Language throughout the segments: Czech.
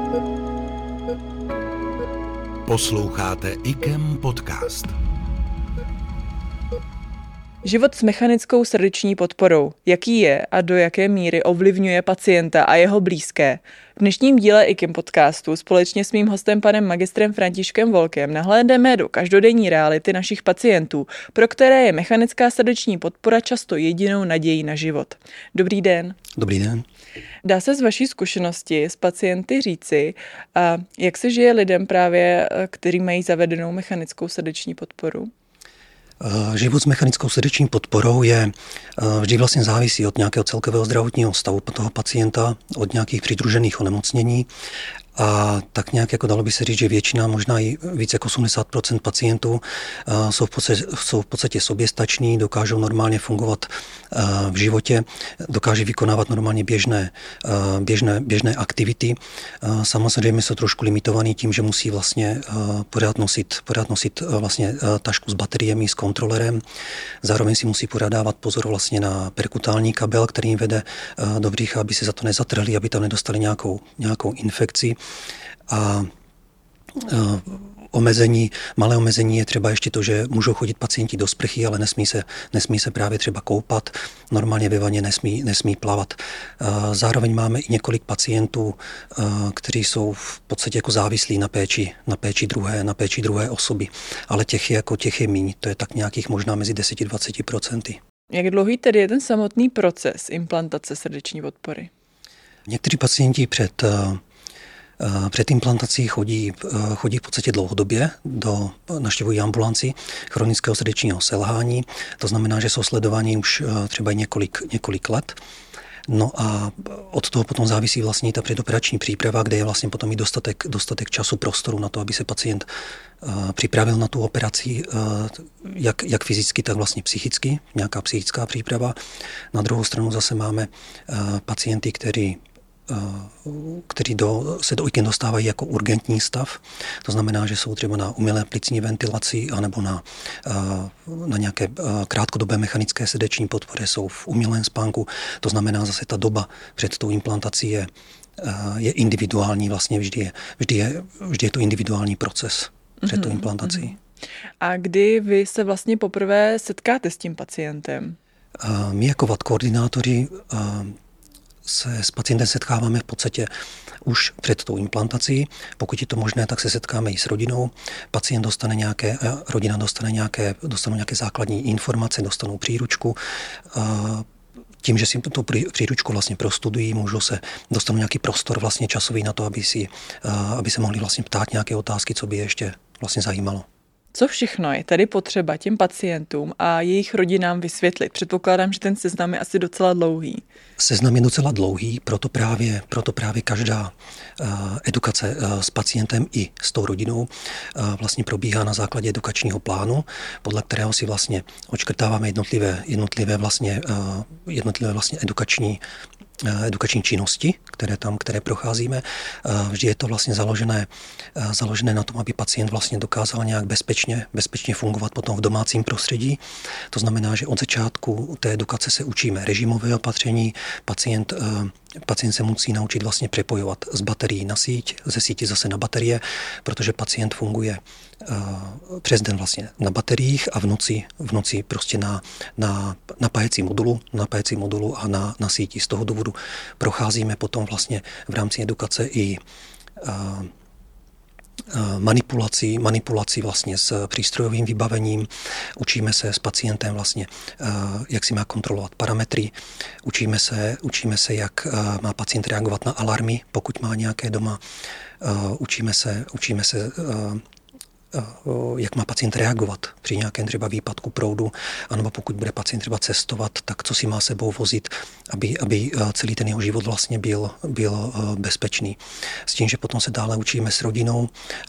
Posloucháte IKEM podcast. Život s mechanickou srdeční podporou. Jaký je a do jaké míry ovlivňuje pacienta a jeho blízké? V dnešním díle IKEM podcastu společně s mým hostem panem magistrem Františkem Volkem nahlédneme do každodenní reality našich pacientů, pro které je mechanická srdeční podpora často jedinou nadějí na život. Dobrý den. Dobrý den. Dá se z vaší zkušenosti s pacienty říci, jak se žije lidem právě, kteří mají zavedenou mechanickou srdeční podporu? Život s mechanickou srdeční podporou je vždy vlastně závisí od nějakého celkového zdravotního stavu toho pacienta, od nějakých přidružených onemocnění. A tak nějak jako dalo by se říct, že většina, možná i více jak 80% pacientů jsou v podstatě soběstační, dokážou normálně fungovat v životě, dokáží vykonávat normálně běžné aktivity. Samozřejmě jsou trošku limitovaný tím, že musí vlastně pořád nosit vlastně tašku s bateriemi, s kontrolerem. Zároveň si musí pořád dávat pozor vlastně na perkutální kabel, který jim vede do břicha, aby se za to nezatrhli, aby tam nedostali nějakou infekci. A malé omezení je třeba ještě to, že můžou chodit pacienti do sprchy, ale nesmí se právě třeba koupat, normálně ve vaně nesmí plavat. Zároveň máme i několik pacientů, kteří jsou v podstatě jako závislí na péči druhé osoby, ale těch je míň, to je tak nějakých možná mezi 10-20%. Jak dlouhý tedy je ten samotný proces implantace srdeční podpory? Někteří pacienti před implantací chodí v podstatě dlouhodobě, navštěvují ambulanci chronického srdečního selhání. To znamená, že jsou sledováni už třeba několik let. No a od toho potom závisí vlastně ta předoperační příprava, kde je vlastně potom i dostatek času, prostoru na to, aby se pacient připravil na tu operaci, jak fyzicky, tak vlastně psychicky, nějaká psychická příprava. Na druhou stranu zase máme pacienty, kteří se do IKEM dostávají jako urgentní stav. To znamená, že jsou třeba na umělé plicní ventilaci anebo na nějaké krátkodobé mechanické srdeční podpoře, jsou v umělém spánku. To znamená, zase ta doba před tou implantací je individuální, vlastně vždy je to individuální proces před tou implantací. A kdy vy se vlastně poprvé setkáte s tím pacientem? My jako VAD koordinátoři se s pacientem setkáváme v podstatě už před tou implantací. Pokud je to možné, tak se setkáme i s rodinou. Rodina dostanou nějaké základní informace, dostanou příručku. Tím, že si tu příručku vlastně prostudují, dostanou nějaký prostor vlastně časový na to, aby se mohli vlastně ptát nějaké otázky, co by je ještě vlastně zajímalo. Co všechno je tady potřeba těm pacientům a jejich rodinám vysvětlit? Předpokládám, že ten seznam je asi docela dlouhý. Seznam je docela dlouhý, proto právě každá edukace s pacientem i s tou rodinou vlastně probíhá na základě edukačního plánu, podle kterého si vlastně odškrtáváme jednotlivé vlastně edukační činnosti, které procházíme. Vždy je to vlastně založené na tom, aby pacient vlastně dokázal nějak bezpečně fungovat potom v domácím prostředí. To znamená, že od začátku té edukace se učíme režimové opatření, pacient se musí naučit vlastně přepojovat z baterií na síť, ze síti zase na baterie, protože pacient funguje přes den vlastně na bateriích a v noci prostě na napájecí modulu a na síti. Z toho důvodu procházíme potom vlastně v rámci edukace i manipulaci vlastně s přístrojovým vybavením. Učíme se s pacientem vlastně, jak si má kontrolovat parametry. Učíme se, jak má pacient reagovat na alarmy, pokud má nějaké doma. Učíme se jak má pacient reagovat při nějakém třeba výpadku proudu, anebo pokud bude pacient třeba cestovat, tak co si má sebou vozit, aby celý ten jeho život vlastně byl bezpečný. S tím, že potom se dále učíme s rodinou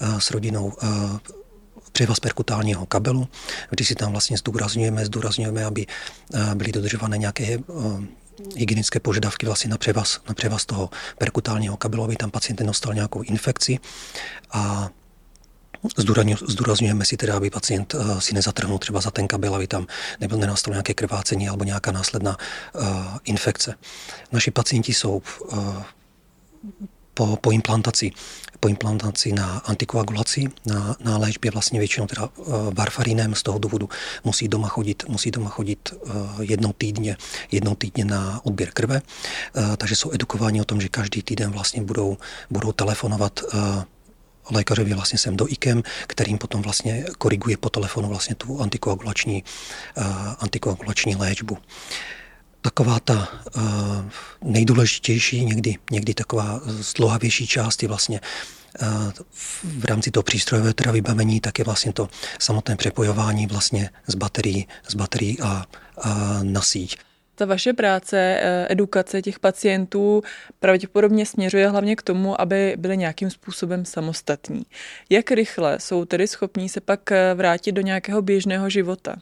převaz perkutálního kabelu, kdy si tam vlastně zdůrazňujeme, aby byly dodržované nějaké hygienické požadavky vlastně na převaz toho perkutálního kabelu, aby tam pacient nedostal nějakou infekci a zdůrazňujeme si teda, aby pacient si nezatrhnul třeba za ten kabel, aby tam nenastalo nějaké krvácení alebo nějaká následná infekce. Naši pacienti jsou po implantaci na antikoagulaci, na léčbě vlastně většinou teda varfarinem, z toho důvodu musí doma chodit jednou týdně na odběr krve, takže jsou edukováni o tom, že každý týden vlastně budou telefonovat lékařovi vlastně sem do IKEM, kterým potom vlastně koriguje po telefonu vlastně tu antikoagulační léčbu. Taková ta nejdůležitější, někdy taková zdlouhavější část je vlastně v rámci toho přístrojového teda vybavení, tak je vlastně to samotné přepojování vlastně z baterií a na síť. Ta vaše práce, edukace těch pacientů pravděpodobně směřuje hlavně k tomu, aby byli nějakým způsobem samostatní. Jak rychle jsou tedy schopní se pak vrátit do nějakého běžného života?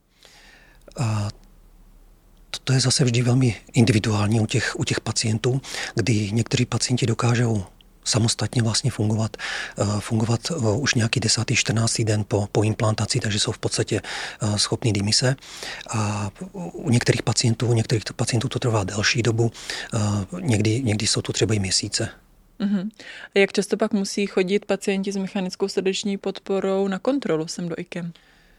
To je zase vždy velmi individuální u těch pacientů, kdy někteří pacienti dokážou samostatně vlastně fungovat už nějaký 10., 14. den po implantaci, takže jsou v podstatě schopní dymise. A u některých pacientů to trvá delší dobu, někdy jsou to třeba i měsíce. Uh-huh. A jak často pak musí chodit pacienti s mechanickou srdeční podporou na kontrolu sem do IKEM?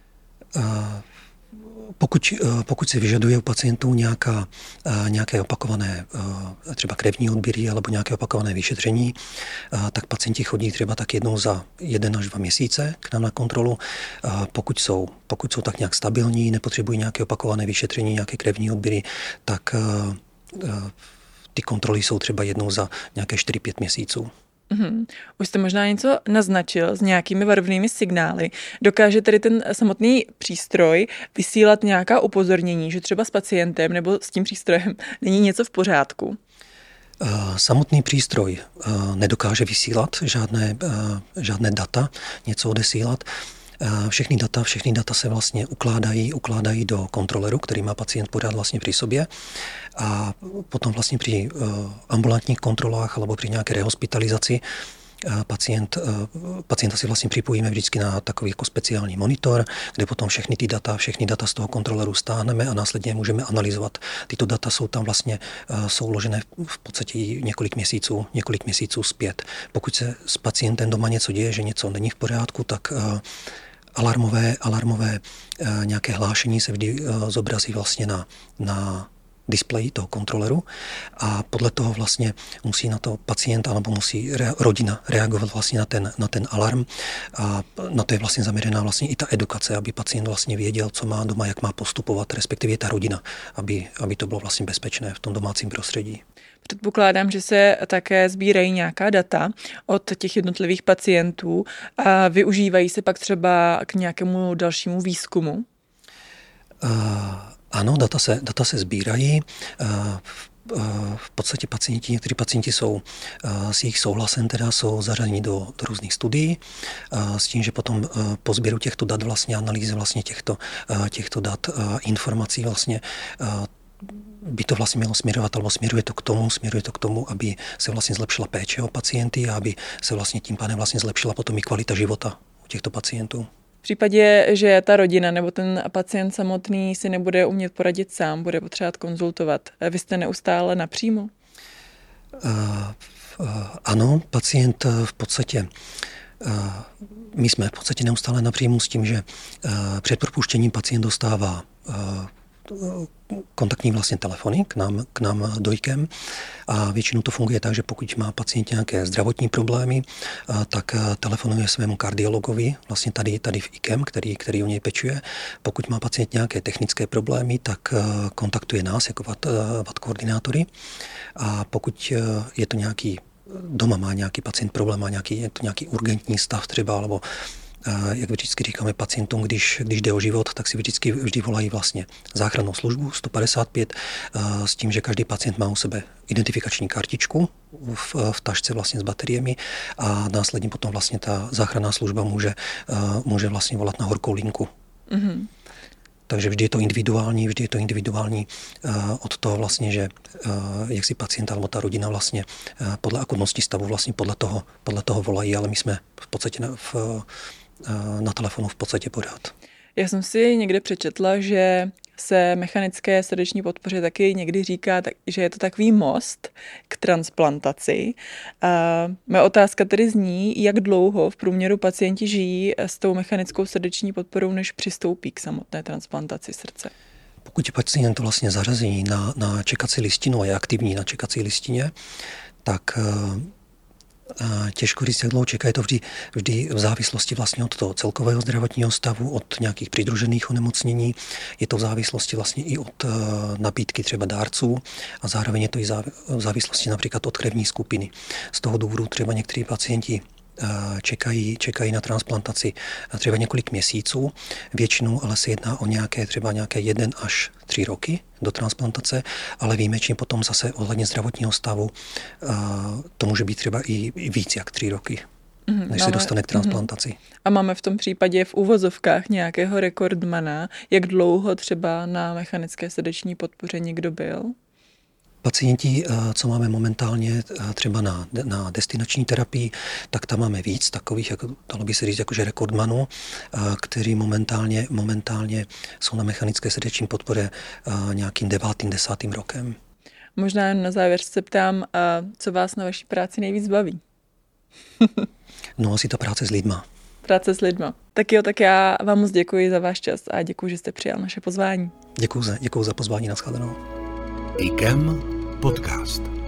Pokud se vyžaduje u pacientů nějaké opakované třeba krevní odběry alebo nějaké opakované vyšetření, tak pacienti chodí třeba tak jednou za 1 až 2 měsíce k nám na kontrolu. Pokud jsou tak nějak stabilní, nepotřebují nějaké opakované vyšetření, nějaké krevní odběry, tak ty kontroly jsou třeba jednou za nějaké 4-5 měsíců. Uhum. Už jste možná něco naznačil s nějakými varovnými signály. Dokáže tedy ten samotný přístroj vysílat nějaká upozornění, že třeba s pacientem nebo s tím přístrojem není něco v pořádku? Samotný přístroj nedokáže vysílat žádné data, něco odesílat. Všechny data se vlastně ukládají do kontroleru, který má pacient pořád vlastně při sobě, a potom vlastně při ambulantních kontrolách alebo při nějaké rehospitalizaci pacienta si vlastně připojíme vždycky na takový jako speciální monitor, kde potom všechny data z toho kontroleru stáhneme a následně můžeme analyzovat. Tyto data jsou tam vlastně jsou uložené v podstatě několik měsíců zpět. Pokud se s pacientem doma něco děje, že něco není v pořádku, tak alarmové nějaké hlášení se vždy zobrazí vlastně na displeji toho kontroleru a podle toho vlastně musí na to pacient alebo musí rodina reagovat vlastně na ten alarm, a na to je vlastně zaměřená vlastně i ta edukace, aby pacient vlastně věděl, co má doma, jak má postupovat, respektive ta rodina, aby to bylo vlastně bezpečné v tom domácím prostředí. Předpokládám, že se také sbírají nějaká data od těch jednotlivých pacientů a využívají se pak třeba k nějakému dalšímu výzkumu? Ano, data se sbírají. V podstatě někteří pacienti jsou s jejich souhlasem jsou zařazeni do různých studií, s tím, že potom po sběru těchto dat vlastně analýzy vlastně těchto dat informací vlastně by to vlastně mělo směrovat, alebo směruje to k tomu, aby se vlastně zlepšila péče o pacienty a aby se vlastně tím pádem vlastně zlepšila potom i kvalita života u těchto pacientů. V případě, že ta rodina nebo ten pacient samotný si nebude umět poradit sám, bude potřebovat konzultovat. Vy jste neustále napřímo? Ano, pacient v podstatě my jsme v podstatě neustále napřímo s tím, že před propuštěním pacient dostává kontaktní vlastně telefony k nám do IKEM a většinou to funguje tak, že pokud má pacient nějaké zdravotní problémy, tak telefonuje svému kardiologovi, vlastně tady v IKEM, který o něj pečuje. Pokud má pacient nějaké technické problémy, tak kontaktuje nás jako VAT koordinátory, a pokud je to doma má nějaký pacient problém, je to nějaký urgentní stav třeba, alebo jak vždycky říkáme pacientům, když jde o život, tak si vždy volají vlastně záchrannou službu 155 s tím, že každý pacient má u sebe identifikační kartičku v tašce vlastně s bateriemi a následně potom vlastně ta záchranná služba může vlastně volat na horkou linku. Mm-hmm. Takže vždy je to individuální od toho vlastně, že jak si pacient alebo ta rodina vlastně podle akutnosti stavu vlastně podle toho volají, ale my jsme v podstatě na telefonu v podstatě pořád. Já jsem si někde přečetla, že se mechanické srdeční podpoře taky někdy říká, že je to takový most k transplantaci. Moje otázka tedy zní, jak dlouho v průměru pacienti žijí s tou mechanickou srdeční podporou, než přistoupí k samotné transplantaci srdce. Pokud je pacient vlastně zařazení na čekací listinu a je aktivní na čekací listině, tak těžko říct, jak dlouho čeká. Je to vždy v závislosti vlastně od toho celkového zdravotního stavu, od nějakých přidružených onemocnění. Je to v závislosti vlastně i od nabídky třeba dárců a zároveň je to i v závislosti například od krevní skupiny. Z toho důvodu třeba někteří pacienti čekají na transplantaci třeba několik měsíců. Většinou ale se jedná o nějaké 1 až 3 roky do transplantace, ale výjimečně potom zase ohledně zdravotního stavu to může být třeba i víc jak 3 roky, než se dostane k transplantaci. A máme v tom případě v uvozovkách nějakého rekordmana, jak dlouho třeba na mechanické srdeční podpoře někdo byl? Pacienti, co máme momentálně třeba na destinační terapii, tak tam máme víc takových, jako, dalo by se říct, jakože rekordmanů, kteří momentálně jsou na mechanické srdeční podpoře nějakým 9., 10. rokem. Možná jen na závěr se ptám, co vás na vaší práci nejvíc baví? No, asi ta práce s lidma. Práce s lidma. Tak jo, tak já vám moc děkuji za váš čas a děkuji, že jste přijal naše pozvání. Děkuji za pozvání, nashledanou. IKEM podcast.